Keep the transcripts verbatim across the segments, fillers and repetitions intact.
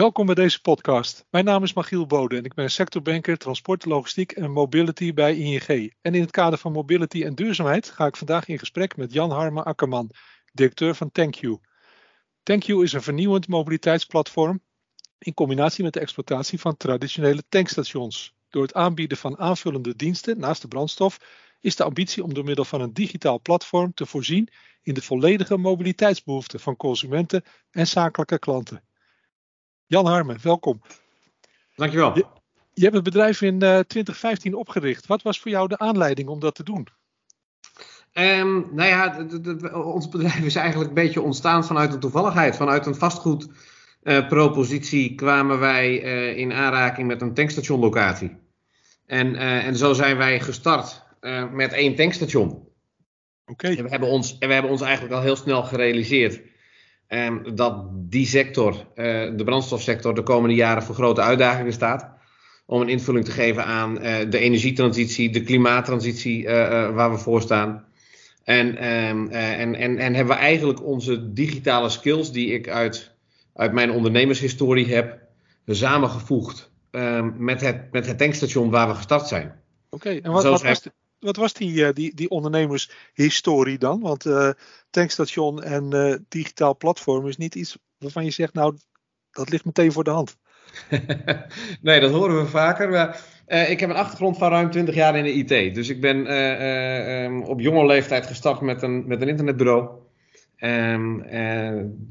Welkom bij deze podcast. Mijn naam is Michiel Bode en ik ben sectorbanker transport, logistiek en mobility bij I N G. En in het kader van mobility en duurzaamheid ga ik vandaag in gesprek met Jan Harmen Akkerman, directeur van ThankYou. ThankYou is een vernieuwend mobiliteitsplatform in combinatie met de exploitatie van traditionele tankstations. Door het aanbieden van aanvullende diensten naast de brandstof is de ambitie om door middel van een digitaal platform te voorzien in de volledige mobiliteitsbehoeften van consumenten en zakelijke klanten. Jan Harmen, welkom. Dankjewel. Je, je hebt het bedrijf in uh, twintig vijftien opgericht. Wat was voor jou de aanleiding om dat te doen? Um, nou ja, de, de, de, ons bedrijf is eigenlijk een beetje ontstaan vanuit een toevalligheid. Vanuit een vastgoedpropositie uh, kwamen wij uh, in aanraking met een tankstationlocatie. En, uh, en zo zijn wij gestart uh, met één tankstation. Oké. Okay. En we hebben ons, en we hebben ons eigenlijk al heel snel gerealiseerd Um, dat die sector, uh, de brandstofsector, de komende jaren voor grote uitdagingen staat. Om een invulling te geven aan uh, de energietransitie, de klimaattransitie uh, uh, waar we voor staan. En, um, uh, en, en, en hebben we eigenlijk onze digitale skills, die ik uit, uit mijn ondernemershistorie heb, samengevoegd um, met, het, met het tankstation waar we gestart zijn. Oké, okay, en wat, wat was de... Wat was die, die, die ondernemershistorie dan? Want uh, tankstation en uh, digitaal platform is niet iets waarvan je zegt, nou, dat ligt meteen voor de hand. Nee, dat horen we vaker. Maar, uh, ik heb een achtergrond van ruim twintig jaar in de I T. Dus ik ben uh, uh, um, op jonge leeftijd gestart met een, met een internetbureau. Um, uh,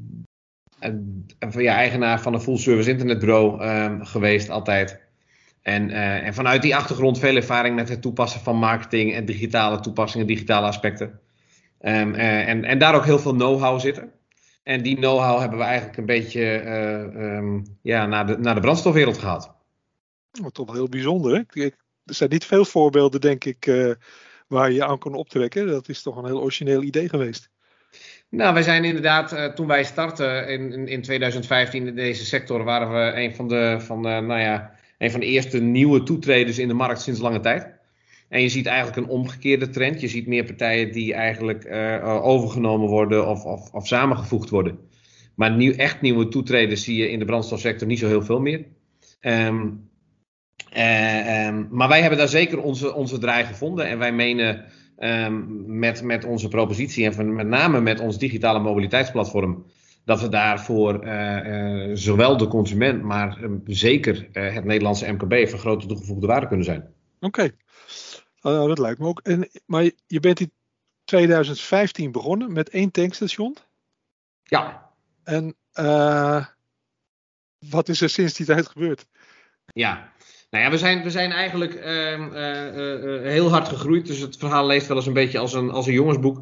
en, en ja, eigenaar van een full service internetbureau um, geweest altijd. En, uh, en vanuit die achtergrond veel ervaring met het toepassen van marketing en digitale toepassingen, digitale aspecten. Um, uh, en, en daar ook heel veel know-how zitten. En die know-how hebben we eigenlijk een beetje uh, um, ja, naar, de, naar de brandstofwereld gehaald. Oh, toch wel heel bijzonder, hè? Er zijn niet veel voorbeelden, denk ik, uh, waar je aan kon optrekken. Dat is toch een heel origineel idee geweest. Nou, wij zijn inderdaad, uh, toen wij startten in, in, in twintig vijftien in deze sector, waren we een van de, van de nou ja... Een van de eerste nieuwe toetreders in de markt sinds lange tijd. En je ziet eigenlijk een omgekeerde trend. Je ziet meer partijen die eigenlijk uh, overgenomen worden of, of, of samengevoegd worden. Maar nieuw, echt nieuwe toetreders zie je in de brandstofsector niet zo heel veel meer. Um, uh, um, maar wij hebben daar zeker onze, onze draai gevonden. En wij menen um, met, met onze propositie en van, met name met ons digitale mobiliteitsplatform, dat we daarvoor uh, uh, zowel de consument, maar uh, zeker uh, het Nederlandse M K B van grote toegevoegde waarde kunnen zijn. Oké, okay. uh, dat lijkt me ook. En, maar je bent in twintig vijftien begonnen met één tankstation? Ja. En uh, wat is er sinds die tijd gebeurd? Ja, nou ja, we zijn, we zijn eigenlijk uh, uh, uh, heel hard gegroeid. Dus het verhaal leest wel eens een beetje als een, als een jongensboek.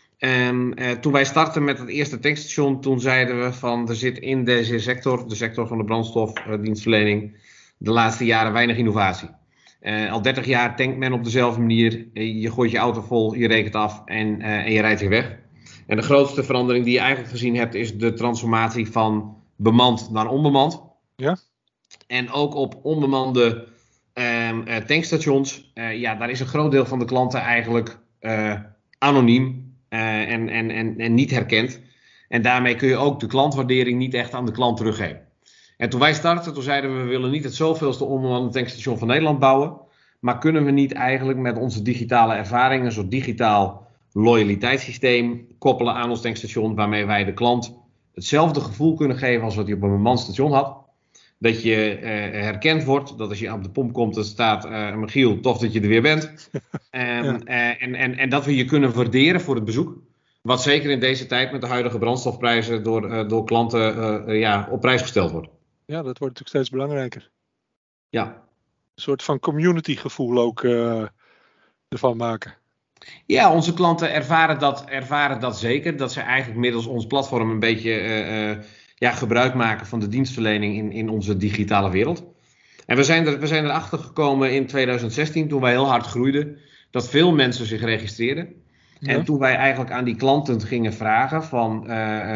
Um, uh, toen wij startten met het eerste tankstation, toen zeiden we van er zit in deze sector, de sector van de brandstofdienstverlening, uh, de laatste jaren weinig innovatie. Uh, al dertig jaar tankt men op dezelfde manier. Uh, je gooit je auto vol, je rekent af en, uh, en je rijdt weer weg. En de grootste verandering die je eigenlijk gezien hebt is de transformatie van bemand naar onbemand. Ja. En ook op onbemande um, uh, tankstations, uh, ja, daar is een groot deel van de klanten eigenlijk uh, anoniem. Uh, en, en, en, en niet herkend. En daarmee kun je ook de klantwaardering niet echt aan de klant teruggeven. En toen wij startten, toen zeiden we, we willen niet het zoveelste onbemande tankstation van Nederland bouwen. Maar kunnen we niet eigenlijk met onze digitale ervaring een soort digitaal loyaliteitssysteem koppelen aan ons tankstation. Waarmee wij de klant hetzelfde gevoel kunnen geven als wat hij op een bemand station had. Dat je uh, herkend wordt, dat als je op de pomp komt, er staat uh, Michiel, tof dat je er weer bent. Um, ja. uh, en, en, en dat we je kunnen waarderen voor het bezoek. Wat zeker in deze tijd met de huidige brandstofprijzen door, uh, door klanten uh, uh, ja, op prijs gesteld wordt. Ja, dat wordt natuurlijk steeds belangrijker. Ja. Een soort van community gevoel ook uh, ervan maken. Ja, onze klanten ervaren dat, ervaren dat zeker. Dat ze eigenlijk middels ons platform een beetje uh, uh, ja, gebruik maken van de dienstverlening in, in onze digitale wereld. En we zijn, er, we zijn erachter gekomen in twintig zestien, toen wij heel hard groeiden, dat veel mensen zich registreerden. Ja. En toen wij eigenlijk aan die klanten gingen vragen van, uh,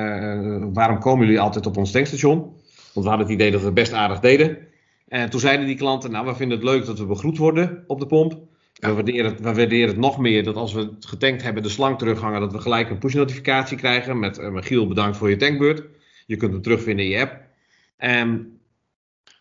uh, waarom komen jullie altijd op ons tankstation? Want we hadden het idee dat we het best aardig deden. En toen zeiden die klanten, nou, we vinden het leuk dat we begroet worden op de pomp. We waarderen, het, we waarderen het nog meer dat als we het getankt hebben, de slang terughangen, dat we gelijk een push-notificatie krijgen met uh, Michiel, bedankt voor je tankbeurt. Je kunt hem terugvinden in je app. Um,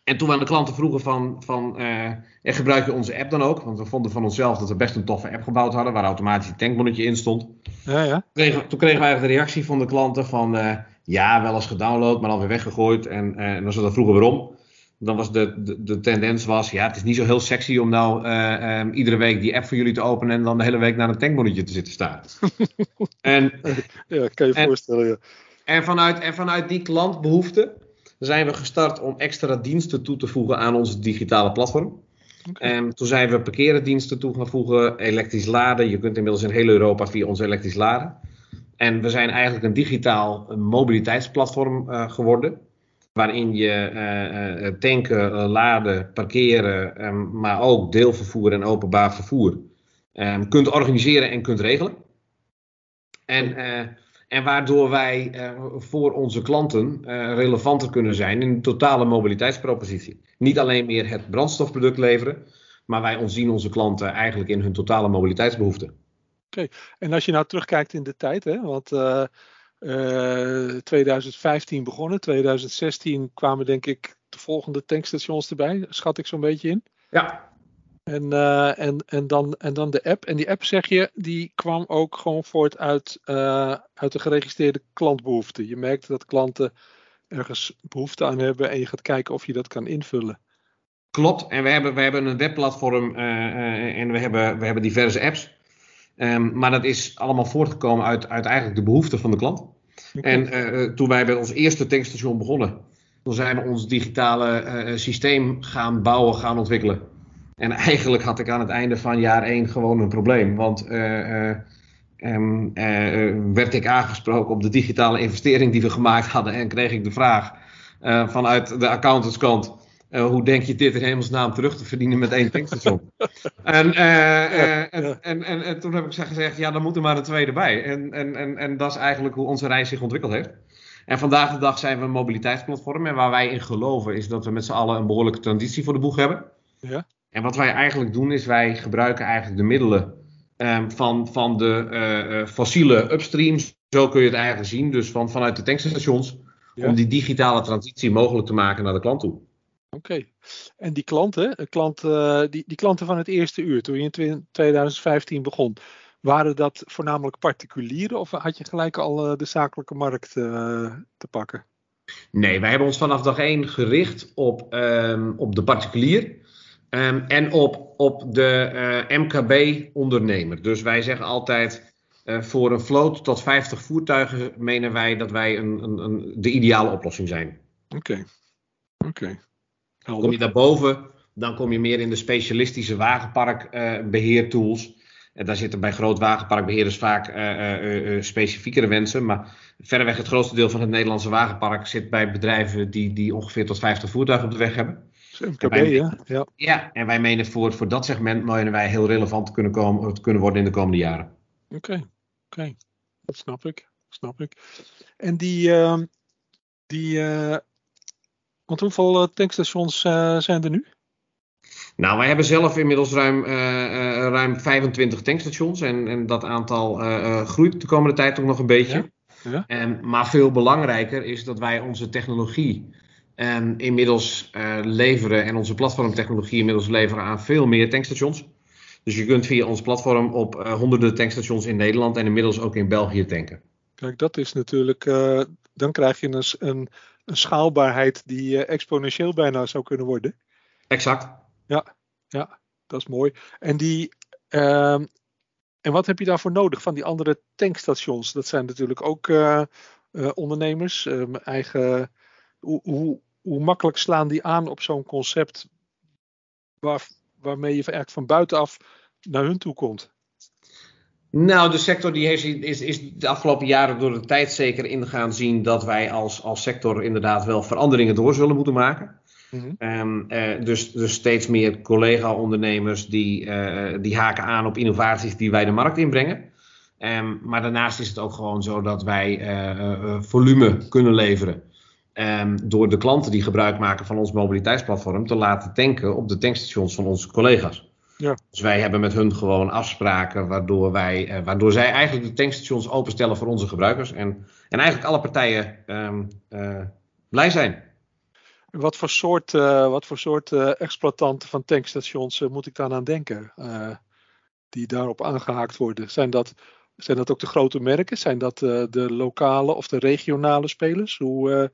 En toen we aan de klanten vroegen van, van uh, gebruik je onze app dan ook? Want we vonden van onszelf dat we best een toffe app gebouwd hadden, waar automatisch een tankbonnetje in stond. Ja, ja. Toen, kregen, toen kregen we eigenlijk de reactie van de klanten van, uh, ja, wel eens gedownload, maar dan weer weggegooid. En, uh, en als we dat vroegen waarom, dan was de, de, de tendens was, ja, het is niet zo heel sexy om nou uh, um, iedere week die app voor jullie te openen en dan de hele week naar een tankbonnetje te zitten staan. en, ja, kan je je voorstellen, ja. En vanuit, en vanuit die klantbehoefte zijn we gestart om extra diensten toe te voegen aan onze digitale platform. Okay. En toen zijn we parkerendiensten toe gaan voegen, elektrisch laden. Je kunt inmiddels in heel Europa via ons elektrisch laden. En we zijn eigenlijk een digitaal mobiliteitsplatform uh, geworden. Waarin je uh, uh, tanken, uh, laden, parkeren, um, maar ook deelvervoer en openbaar vervoer um, kunt organiseren en kunt regelen. En... Uh, En waardoor wij uh, voor onze klanten uh, relevanter kunnen zijn in de totale mobiliteitspropositie. Niet alleen meer het brandstofproduct leveren, maar wij ontzien onze klanten eigenlijk in hun totale mobiliteitsbehoeften. Oké, okay. En als je nou terugkijkt in de tijd, hè, want uh, uh, twintig vijftien begonnen, twintig zestien kwamen denk ik de volgende tankstations erbij, schat ik zo'n beetje in. Ja. En, uh, en, en, dan, en dan de app. En die app, zeg je, die kwam ook gewoon voort uit, uh, uit de geregistreerde klantbehoeften. Je merkt dat klanten ergens behoefte aan hebben en je gaat kijken of je dat kan invullen. Klopt. En we hebben, we hebben een webplatform uh, uh, en we hebben, we hebben diverse apps. Um, maar dat is allemaal voortgekomen uit, uit eigenlijk de behoeften van de klant. Okay. En uh, toen wij bij ons eerste tankstation begonnen, toen zijn we ons digitale uh, systeem gaan bouwen, gaan ontwikkelen. En eigenlijk had ik aan het einde van jaar één gewoon een probleem. Want uh, uh, um, uh, werd ik aangesproken op de digitale investering die we gemaakt hadden. En kreeg ik de vraag uh, vanuit de accountantskant. Uh, hoe denk je dit in hemelsnaam terug te verdienen met één tankstation? en, uh, uh, en, en, en, en toen heb ik gezegd, ja, dan moet er maar een tweede bij. En, en, en, en dat is eigenlijk hoe onze reis zich ontwikkeld heeft. En vandaag de dag zijn we een mobiliteitsplatform. En waar wij in geloven is dat we met z'n allen een behoorlijke transitie voor de boeg hebben. Ja. En wat wij eigenlijk doen is wij gebruiken eigenlijk de middelen um, van, van de uh, uh, fossiele upstreams. Zo kun je het eigenlijk zien. Dus van, vanuit de tankstations. Ja. Om die digitale transitie mogelijk te maken naar de klant toe. Oké. Okay. En die klanten, klant, uh, die, die klanten van het eerste uur, toen je in twintig vijftien begon. Waren dat voornamelijk particulieren of had je gelijk al uh, de zakelijke markt uh, te pakken? Nee, wij hebben ons vanaf dag één gericht op, um, op de particulier. Um, en op, op de uh, M K B-ondernemer. Dus wij zeggen altijd, uh, voor een vloot tot vijftig voertuigen menen wij dat wij een, een, een, de ideale oplossing zijn. Oké. Okay. Oké. Okay. Kom je daarboven, dan kom je meer in de specialistische wagenparkbeheertools. Uh, en daar zitten bij groot wagenparkbeheerders vaak uh, uh, uh, specifiekere wensen. Maar verreweg het grootste deel van het Nederlandse wagenpark zit bij bedrijven die, die ongeveer tot vijftig voertuigen op de weg hebben. M K B, wij, ja. ja. Ja, en wij menen voor, voor dat segment menen wij heel relevant te kunnen, komen, te kunnen worden in de komende jaren. Oké, okay, oké. Okay. Dat snap ik. snap ik. En die, uh, die uh, want hoeveel uh, tankstations uh, zijn er nu? Nou, wij hebben zelf inmiddels ruim, uh, uh, ruim vijfentwintig tankstations. En, en dat aantal uh, uh, groeit de komende tijd ook nog een beetje. Ja? Ja? En, maar veel belangrijker is dat wij onze technologie um, inmiddels uh, leveren. En onze platformtechnologie inmiddels leveren aan veel meer tankstations. Dus je kunt via ons platform op uh, honderden tankstations in Nederland en inmiddels ook in België tanken. Kijk, dat is natuurlijk, uh, dan krijg je een, een, een schaalbaarheid die uh, exponentieel bijna zou kunnen worden. Exact. Ja, ja, dat is mooi. En, die, uh, en wat heb je daarvoor nodig van die andere tankstations? Dat zijn natuurlijk ook uh, uh, ondernemers. Uh, eigen, hoe, hoe, hoe makkelijk slaan die aan op zo'n concept waar, waarmee je eigenlijk van buitenaf naar hun toe komt? Nou, de sector die heeft, is, is de afgelopen jaren door de tijd zeker in gaan zien dat wij als, als sector inderdaad wel veranderingen door zullen moeten maken. Mm-hmm. Um, uh, dus, dus steeds meer collega-ondernemers die, uh, die haken aan op innovaties die wij de markt inbrengen. Um, maar daarnaast is het ook gewoon zo dat wij uh, uh, volume kunnen leveren. Um, door de klanten die gebruik maken van ons mobiliteitsplatform te laten tanken op de tankstations van onze collega's. Ja. Dus wij hebben met hun gewoon afspraken waardoor, wij, uh, waardoor zij eigenlijk de tankstations openstellen voor onze gebruikers. En, en eigenlijk alle partijen um, uh, blij zijn. Wat voor soort, uh, wat voor soort uh, exploitanten van tankstations uh, moet ik dan aan denken? Uh, die daarop aangehaakt worden. Zijn dat, zijn dat ook de grote merken? Zijn dat uh, de lokale of de regionale spelers? Hoe, uh...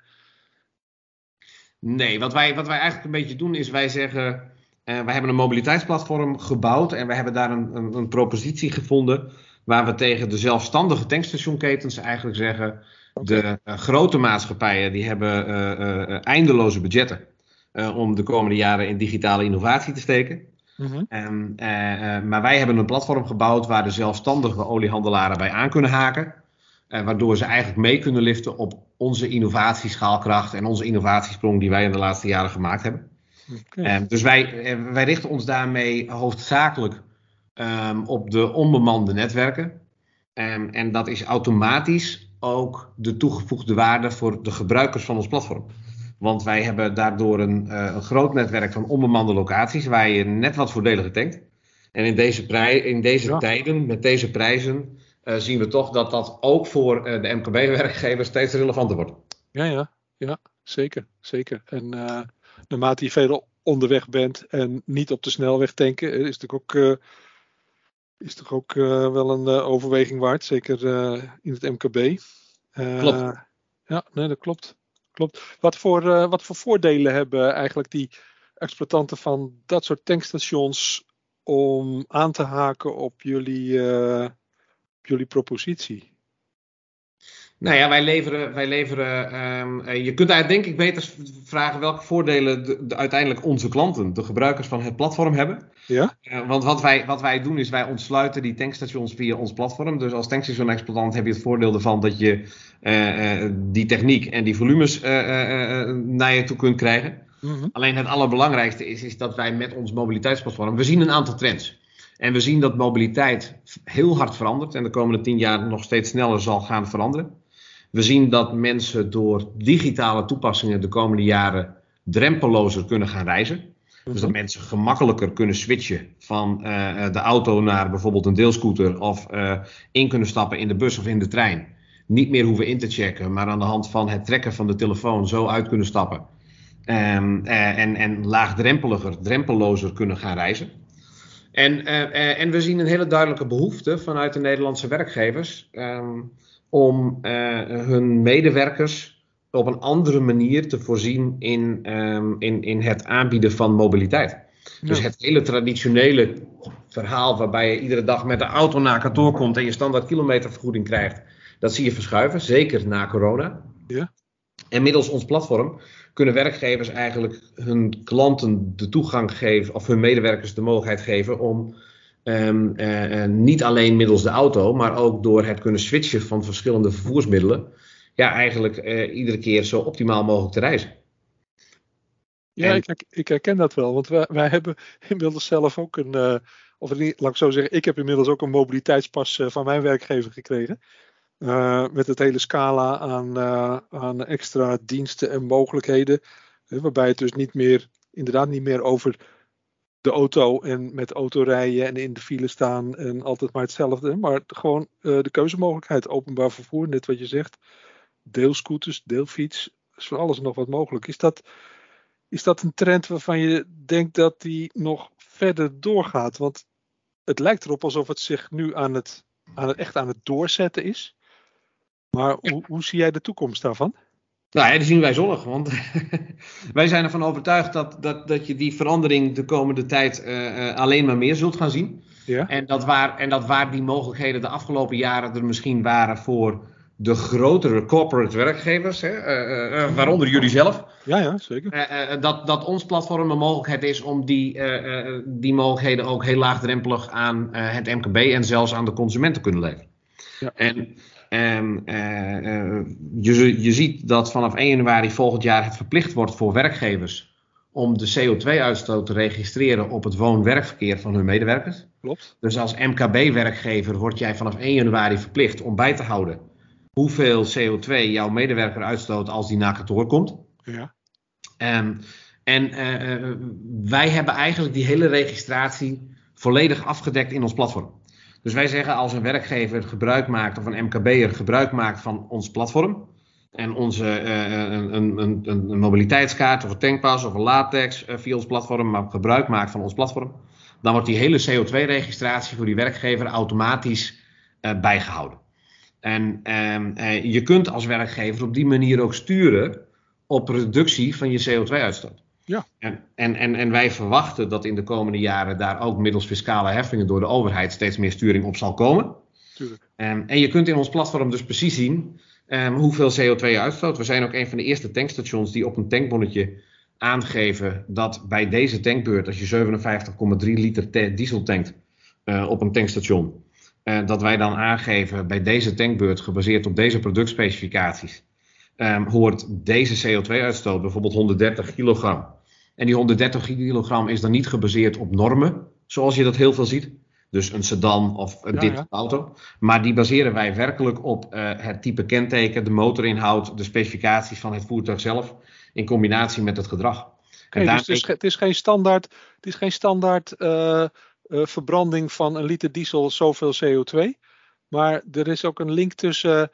Nee, wat wij, wat wij eigenlijk een beetje doen is wij zeggen... Uh, wij hebben een mobiliteitsplatform gebouwd en wij hebben daar een, een, een propositie gevonden waar we tegen de zelfstandige tankstationketens eigenlijk zeggen... Okay. De uh, grote maatschappijen die hebben uh, uh, eindeloze budgetten uh, om de komende jaren in digitale innovatie te steken. Mm-hmm. Um, uh, uh, maar wij hebben een platform gebouwd waar de zelfstandige oliehandelaren bij aan kunnen haken. Uh, waardoor ze eigenlijk mee kunnen liften op onze innovatieschaalkracht en onze innovatiesprong die wij in de laatste jaren gemaakt hebben. Okay. Um, dus wij, uh, wij richten ons daarmee hoofdzakelijk um, op de onbemande netwerken. Um, en dat is automatisch ook de toegevoegde waarde voor de gebruikers van ons platform. Want wij hebben daardoor een, uh, een groot netwerk van onbemande locaties waar je net wat voordeliger tankt. En in deze, prij- in deze ja. tijden, met deze prijzen, uh, zien we toch dat dat ook voor uh, de M K B-werkgevers steeds relevanter wordt. Ja, ja, ja, zeker, zeker. En uh, naarmate je verder onderweg bent en niet op de snelweg tanken, is natuurlijk ook, uh, is toch ook uh, wel een uh, overweging waard, zeker uh, in het M K B. Uh, klopt. Ja, nee, dat klopt. Klopt. Wat voor, uh, wat voor voordelen hebben eigenlijk die exploitanten van dat soort tankstations om aan te haken op jullie, uh, op jullie propositie? Nou ja, wij leveren, wij leveren um, uh, je kunt daar denk ik beter vragen welke voordelen de, de, uiteindelijk onze klanten, de gebruikers van het platform hebben. Ja? Uh, want wat wij, wat wij doen is wij ontsluiten die tankstations via ons platform. Dus als tankstation-exploitant heb je het voordeel ervan dat je uh, uh, die techniek en die volumes uh, uh, uh, naar je toe kunt krijgen. Mm-hmm. Alleen het allerbelangrijkste is, is dat wij met ons mobiliteitsplatform, we zien een aantal trends. En we zien dat mobiliteit heel hard verandert en de komende tien jaar nog steeds sneller zal gaan veranderen. We zien dat mensen door digitale toepassingen de komende jaren drempelozer kunnen gaan reizen. Mm-hmm. Dus dat mensen gemakkelijker kunnen switchen van uh, de auto naar bijvoorbeeld een deelscooter of uh, in kunnen stappen in de bus of in de trein. Niet meer hoeven in te checken, maar aan de hand van het trekken van de telefoon zo uit kunnen stappen. Um, uh, en, en laagdrempeliger, drempelozer kunnen gaan reizen. En, uh, uh, en we zien een hele duidelijke behoefte vanuit de Nederlandse werkgevers um, om uh, hun medewerkers op een andere manier te voorzien in, um, in, in het aanbieden van mobiliteit. Ja. Dus het hele traditionele verhaal waarbij je iedere dag met de auto naar kantoor komt en je standaard kilometervergoeding krijgt, dat zie je verschuiven, zeker na corona. Ja. En middels ons platform kunnen werkgevers eigenlijk hun klanten de toegang geven, of hun medewerkers de mogelijkheid geven om um, uh, uh, niet alleen middels de auto, maar ook door het kunnen switchen van verschillende vervoersmiddelen, ja, eigenlijk uh, iedere keer zo optimaal mogelijk te reizen. Ja, en... ik, ik herken dat wel, want wij, wij hebben inmiddels zelf ook een, uh, of laat ik zo zeggen, ik heb inmiddels ook een mobiliteitspas uh, van mijn werkgever gekregen. Uh, met het hele scala aan, uh, aan extra diensten en mogelijkheden. Uh, waarbij het dus niet meer, inderdaad niet meer over de auto en met autorijden en in de file staan en altijd maar hetzelfde. Maar gewoon uh, de keuzemogelijkheid, openbaar vervoer, net wat je zegt. Deelscooters, deelfiets, is van alles nog wat mogelijk. Is dat, is dat een trend waarvan je denkt dat die nog verder doorgaat? Want het lijkt erop alsof het zich nu aan het, aan het, echt aan het doorzetten is. Maar hoe, hoe zie jij de toekomst daarvan? Nou ja, die zien wij zonnig, want wij zijn ervan overtuigd dat, dat, dat je die verandering de komende tijd uh, uh, alleen maar meer zult gaan zien. Ja. En, dat waar, en dat waar die mogelijkheden de afgelopen jaren er misschien waren voor de grotere corporate werkgevers, hè, uh, uh, waaronder jullie zelf. Ja, ja, zeker. Uh, uh, dat, dat ons platform een mogelijkheid is om die, uh, uh, die mogelijkheden ook heel laagdrempelig aan uh, het M K B en zelfs aan de consument te kunnen leveren. Ja. En Um, uh, uh, je, je ziet dat vanaf één januari volgend jaar het verplicht wordt voor werkgevers om de C O twee uitstoot te registreren op het woon-werkverkeer van hun medewerkers. Klopt. Dus als M K B-werkgever word jij vanaf één januari verplicht om bij te houden hoeveel C O twee jouw medewerker uitstoot als die naar kantoor komt. Ja. Um, en uh, uh, wij hebben eigenlijk die hele registratie volledig afgedekt in ons platform. Dus wij zeggen als een werkgever gebruik maakt of een M K B'er gebruik maakt van ons platform, en onze uh, een, een, een, een mobiliteitskaart of een tankpas of een latex uh, via ons platform, maar gebruik maakt van ons platform, dan wordt die hele C O twee registratie voor die werkgever automatisch uh, bijgehouden. En um, uh, je kunt als werkgever op die manier ook sturen op reductie van je C O twee uitstoot. Ja. En, en, en, en wij verwachten dat in de komende jaren daar ook middels fiscale heffingen door de overheid steeds meer sturing op zal komen. Tuurlijk. Um, en je kunt in ons platform dus precies zien um, hoeveel C O twee je uitstoot. We zijn ook een van de eerste tankstations die op een tankbonnetje aangeven dat bij deze tankbeurt, als je zevenenvijftig komma drie liter te- diesel tankt uh, op een tankstation, uh, dat wij dan aangeven bij deze tankbeurt, gebaseerd op deze productspecificaties, um, hoort deze C O twee uitstoot bijvoorbeeld honderddertig kilogram. En die honderddertig kilogram is dan niet gebaseerd op normen, zoals je dat heel veel ziet. Dus een sedan of een Ja, dit ja. auto. Maar die baseren wij werkelijk op uh, het type kenteken, de motorinhoud, de specificaties van het voertuig zelf, in combinatie met het gedrag. Okay, en daarmee... Dus het is, het is geen standaard, het is geen standaard uh, uh, verbranding van een liter diesel zoveel C O twee. Maar er is ook een link tussen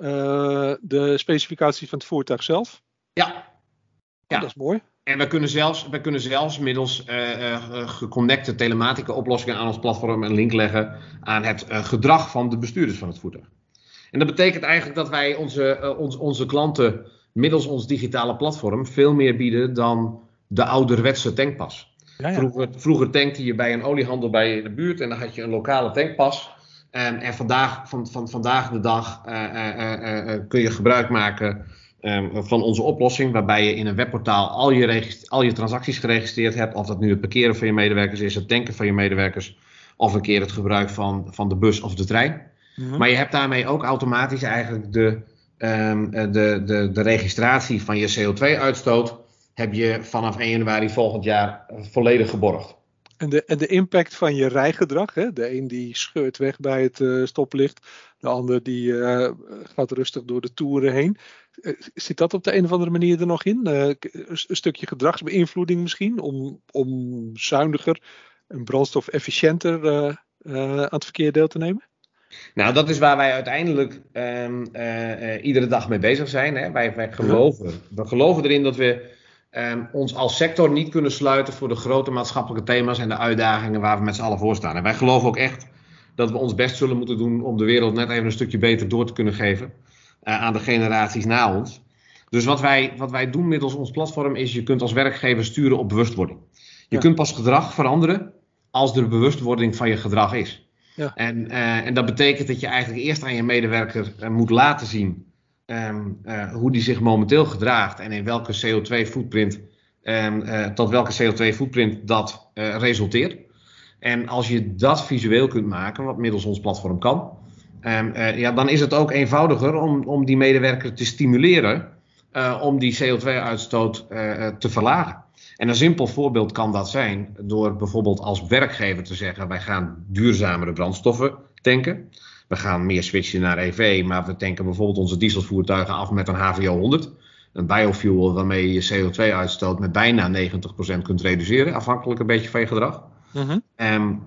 uh, de specificaties van het voertuig zelf. Ja. Ja. Ja. Oh, dat is mooi. En we kunnen zelfs, we kunnen zelfs middels uh, uh, geconnecte telematische oplossingen aan ons platform een link leggen aan het uh, gedrag van de bestuurders van het voertuig. En dat betekent eigenlijk dat wij onze, uh, ons, onze klanten middels ons digitale platform veel meer bieden dan de ouderwetse tankpas. Ja, ja. Vroeger, vroeger tankte je bij een oliehandel bij je in de buurt en dan had je een lokale tankpas. Um, en vandaag, van, van vandaag de dag uh, uh, uh, uh, kun je gebruik maken um, van onze oplossing, waarbij je in een webportaal al je, regist- al je transacties geregistreerd hebt. Of dat nu het parkeren van je medewerkers is, het tanken van je medewerkers, of een keer het gebruik van, van de bus of de trein. Mm-hmm. Maar je hebt daarmee ook automatisch eigenlijk de, um, de, de, de registratie van je C O twee uitstoot heb je vanaf één januari volgend jaar volledig geborgd. En de, en de impact van je rijgedrag, hè? De een die scheurt weg bij het uh, stoplicht, de ander die uh, gaat rustig door de toeren heen. Uh, zit dat op de een of andere manier er nog in? Uh, een stukje gedragsbeïnvloeding misschien, om, om zuiniger en brandstofefficiënter uh, uh, aan het verkeer deel te nemen? Nou, dat is waar wij uiteindelijk um, uh, uh, iedere dag mee bezig zijn. Hè? Wij, wij geloven, ja. we geloven erin dat we Um, ons als sector niet kunnen sluiten voor de grote maatschappelijke thema's en de uitdagingen waar we met z'n allen voor staan. En wij geloven ook echt dat we ons best zullen moeten doen om de wereld net even een stukje beter door te kunnen geven uh, aan de generaties na ons. Dus wat wij, wat wij doen middels ons platform is, je kunt als werkgever sturen op bewustwording. Je ja. kunt pas gedrag veranderen als er bewustwording van je gedrag is. Ja. En, uh, en dat betekent dat je eigenlijk eerst aan je medewerker uh, moet laten zien Um, uh, hoe die zich momenteel gedraagt en in welke C O twee footprint, um, uh, tot welke C O twee footprint dat uh, resulteert. En als je dat visueel kunt maken, wat middels ons platform kan, um, uh, ja, dan is het ook eenvoudiger om, om die medewerker te stimuleren uh, om die C O twee uitstoot uh, te verlagen. En een simpel voorbeeld kan dat zijn door bijvoorbeeld als werkgever te zeggen, wij gaan duurzamere brandstoffen tanken. We gaan meer switchen naar E V, maar we tanken bijvoorbeeld onze dieselvoertuigen af met een H V O honderd. Een biofuel waarmee je je C O twee uitstoot met bijna negentig procent kunt reduceren, afhankelijk een beetje van je gedrag. Mm-hmm. Um,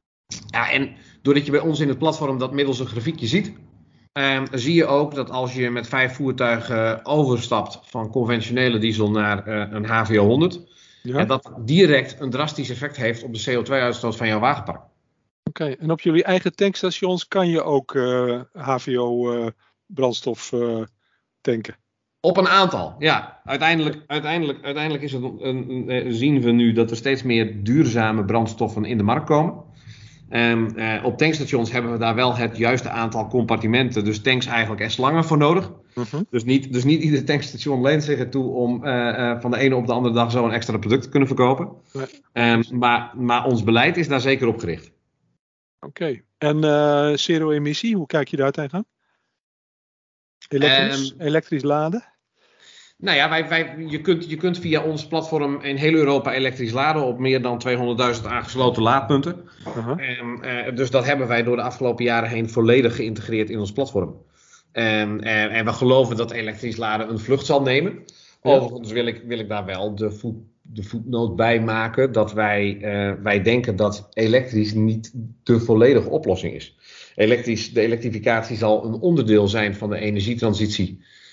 ja, en doordat je bij ons in het platform dat middels een grafiekje ziet, um, zie je ook dat als je met vijf voertuigen overstapt van conventionele diesel naar uh, een H V O honderd, ja. en dat direct een drastisch effect heeft op de C O twee uitstoot van jouw wagenpark. Oké, okay, en op jullie eigen tankstations kan je ook uh, H V O uh, brandstof uh, tanken? Op een aantal, ja. Uiteindelijk, uiteindelijk, uiteindelijk is het, een, een, zien we nu dat er steeds meer duurzame brandstoffen in de markt komen. Um, uh, op tankstations hebben we daar wel het juiste aantal compartimenten, dus tanks eigenlijk en slangen voor nodig. Uh-huh. Dus, niet, dus niet ieder tankstation leent zich ertoe om uh, uh, van de ene op de andere dag zo een extra product te kunnen verkopen. Nee. Um, maar, maar ons beleid is daar zeker op gericht. Oké, okay. En uh, zero-emissie, hoe kijk je daar tegenaan? Elektrisch, um, elektrisch laden? Nou ja, wij, wij, je, kunt, je kunt via ons platform in heel Europa elektrisch laden op meer dan tweehonderdduizend aangesloten laadpunten. Uh-huh. Um, uh, dus dat hebben wij door de afgelopen jaren heen volledig geïntegreerd in ons platform. Um, en, en we geloven dat elektrisch laden een vlucht zal nemen. Ja. Overigens wil ik, wil ik daar wel de voet, de voetnoot bij maken dat wij, uh, wij denken dat elektrisch niet de volledige oplossing is. Elektrisch, de elektrificatie zal een onderdeel zijn van de energietransitie.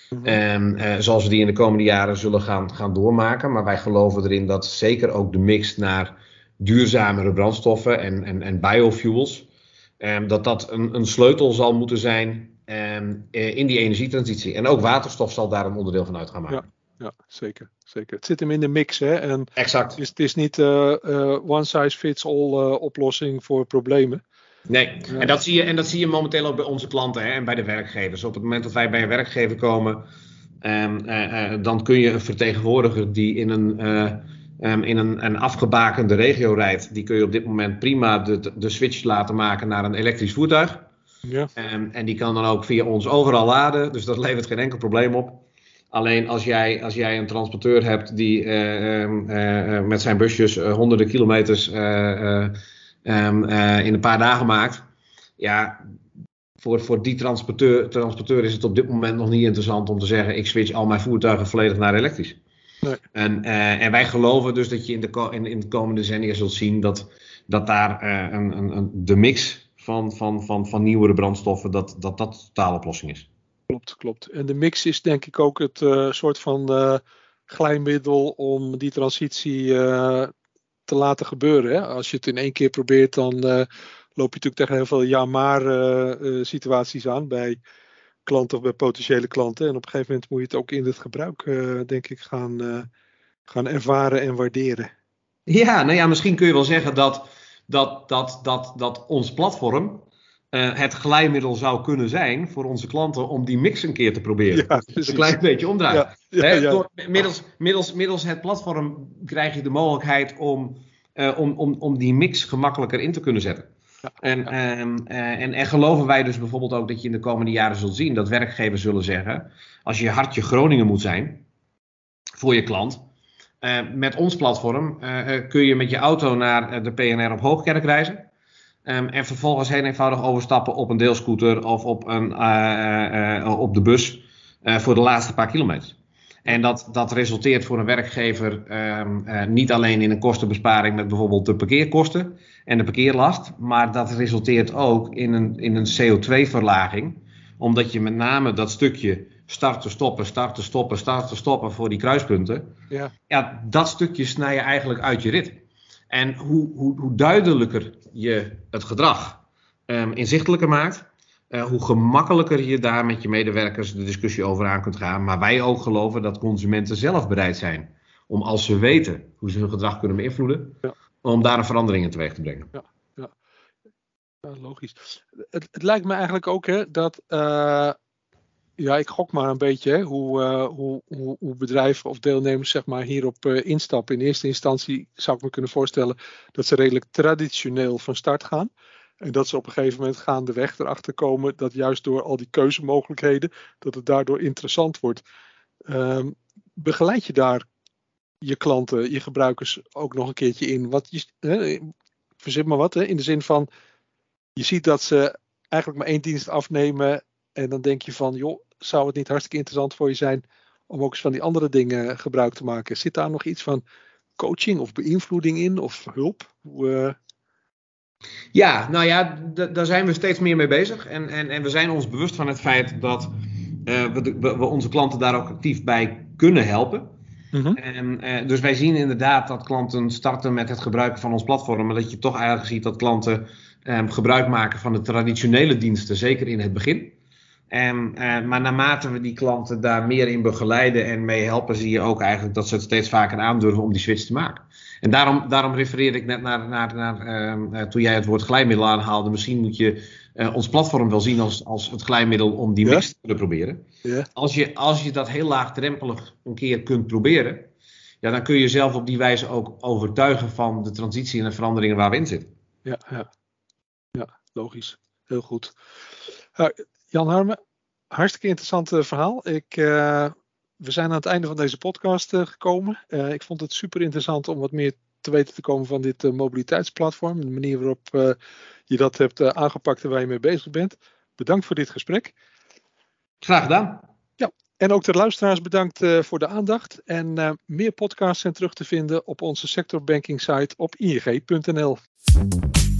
Mm-hmm. uh, zoals we die in de komende jaren zullen gaan, gaan doormaken. Maar wij geloven erin dat zeker ook de mix naar duurzamere brandstoffen en, en, en biofuels, um, dat dat een, een sleutel zal moeten zijn um, in die energietransitie. En ook waterstof zal daar een onderdeel van uit gaan maken. Ja. Ja, zeker, zeker. Het zit hem in de mix, hè? En exact. Het is, het is niet uh, uh, one size fits all uh, oplossing voor problemen. Nee, ja. en, dat zie je, en dat zie je momenteel ook bij onze klanten, hè, en bij de werkgevers. Op het moment dat wij bij een werkgever komen, um, uh, uh, dan kun je een vertegenwoordiger die in een, uh, um, in een, een afgebakende regio rijdt, die kun je op dit moment prima de, de switch laten maken naar een elektrisch voertuig. Ja. Um, en die kan dan ook via ons overal laden, dus dat levert geen enkel probleem op. Alleen als jij, als jij een transporteur hebt die uh, uh, uh, met zijn busjes uh, honderden kilometers uh, uh, um, uh, in een paar dagen maakt. Ja, voor, voor die transporteur, transporteur is het op dit moment nog niet interessant om te zeggen, ik switch al mijn voertuigen volledig naar elektrisch. Nee. En, uh, en wij geloven dus dat je in de, in, in de komende decennia zult zien dat, dat daar uh, een, een, een, de mix van, van, van, van nieuwere brandstoffen, dat dat, dat de totaaloplossing is. Klopt, klopt. En de mix is denk ik ook het uh, soort van uh, glijmiddel om die transitie uh, te laten gebeuren. Hè? Als je het in één keer probeert, dan uh, loop je natuurlijk tegen heel veel ja-maar uh, uh, situaties aan bij klanten of bij potentiële klanten. En op een gegeven moment moet je het ook in het gebruik, uh, denk ik, gaan, uh, gaan ervaren en waarderen. Ja, nou ja, misschien kun je wel zeggen dat, dat, dat, dat, dat ons platform Uh, het glijmiddel zou kunnen zijn voor onze klanten om die mix een keer te proberen. Ja, dus een klein beetje omdraaien. Ja, ja, He, ja. Door, middels, middels, middels het platform krijg je de mogelijkheid om, uh, om, om, om die mix gemakkelijker in te kunnen zetten. Ja, en, ja. Um, uh, en, en geloven wij dus bijvoorbeeld ook dat je in de komende jaren zult zien dat werkgevers zullen zeggen, als je hartje Groningen moet zijn voor je klant, uh, met ons platform uh, uh, kun je met je auto naar uh, de P N R op Hoogkerk reizen. Um, en vervolgens heel eenvoudig overstappen op een deelscooter of op, een, uh, uh, op de bus uh, voor de laatste paar kilometers. En dat, dat resulteert voor een werkgever um, uh, niet alleen in een kostenbesparing met bijvoorbeeld de parkeerkosten en de parkeerlast, maar dat resulteert ook in een, in een C O twee verlaging. Omdat je met name dat stukje starten, stoppen, starten, stoppen, starten, stoppen voor die kruispunten. Ja, ja dat stukje snij je eigenlijk uit je rit. En hoe, hoe, hoe duidelijker je het gedrag um, inzichtelijker maakt, uh, hoe gemakkelijker je daar met je medewerkers de discussie over aan kunt gaan. Maar wij ook geloven dat consumenten zelf bereid zijn om, als ze weten hoe ze hun gedrag kunnen beïnvloeden, ja. om daar een verandering in teweeg te brengen. Ja, ja. Ja, logisch. Het, het lijkt me eigenlijk ook hè, dat, uh, ja, ik gok maar een beetje hè, hoe, uh, hoe, hoe, hoe bedrijven of deelnemers zeg maar, hierop uh, instappen. In eerste instantie zou ik me kunnen voorstellen dat ze redelijk traditioneel van start gaan. En dat ze op een gegeven moment gaandeweg erachter komen dat juist door al die keuzemogelijkheden, dat het daardoor interessant wordt. Um, begeleid je daar je klanten, je gebruikers ook nog een keertje in? Wat je, hè, verzin maar wat, hè, in de zin van, je ziet dat ze eigenlijk maar één dienst afnemen en dan denk je van, joh, zou het niet hartstikke interessant voor je zijn om ook eens van die andere dingen gebruik te maken? Zit daar nog iets van coaching of beïnvloeding in of hulp? Hoe, uh... Ja, nou ja, d- daar zijn we steeds meer mee bezig. En, en, en we zijn ons bewust van het feit dat uh, we, de, we onze klanten daar ook actief bij kunnen helpen. Mm-hmm. En, uh, dus wij zien inderdaad dat klanten starten met het gebruiken van ons platform. Maar dat je toch eigenlijk ziet dat klanten um, gebruik maken van de traditionele diensten, zeker in het begin. Um, uh, maar naarmate we die klanten daar meer in begeleiden en mee helpen, zie je ook eigenlijk dat ze het steeds vaker aandurven om die switch te maken. En daarom, daarom refereerde ik net naar, naar, naar uh, uh, toen jij het woord glijmiddel aanhaalde. Misschien moet je uh, ons platform wel zien als, als het glijmiddel om die mix ja? te kunnen proberen. Ja. Als je, als je dat heel laagdrempelig een keer kunt proberen, ja, dan kun je zelf op die wijze ook overtuigen van de transitie en de veranderingen waar we in zitten. Ja, ja. Ja, logisch. Heel goed. Uh, Jan Harmen, hartstikke interessant uh, verhaal. Ik, uh, we zijn aan het einde van deze podcast uh, gekomen. Uh, ik vond het super interessant om wat meer te weten te komen van dit uh, mobiliteitsplatform. En de manier waarop uh, je dat hebt uh, aangepakt en waar je mee bezig bent. Bedankt voor dit gesprek. Graag gedaan. Ja, en ook de luisteraars bedankt uh, voor de aandacht. En uh, meer podcasts zijn terug te vinden op onze sectorbanking site op I N G punt N L.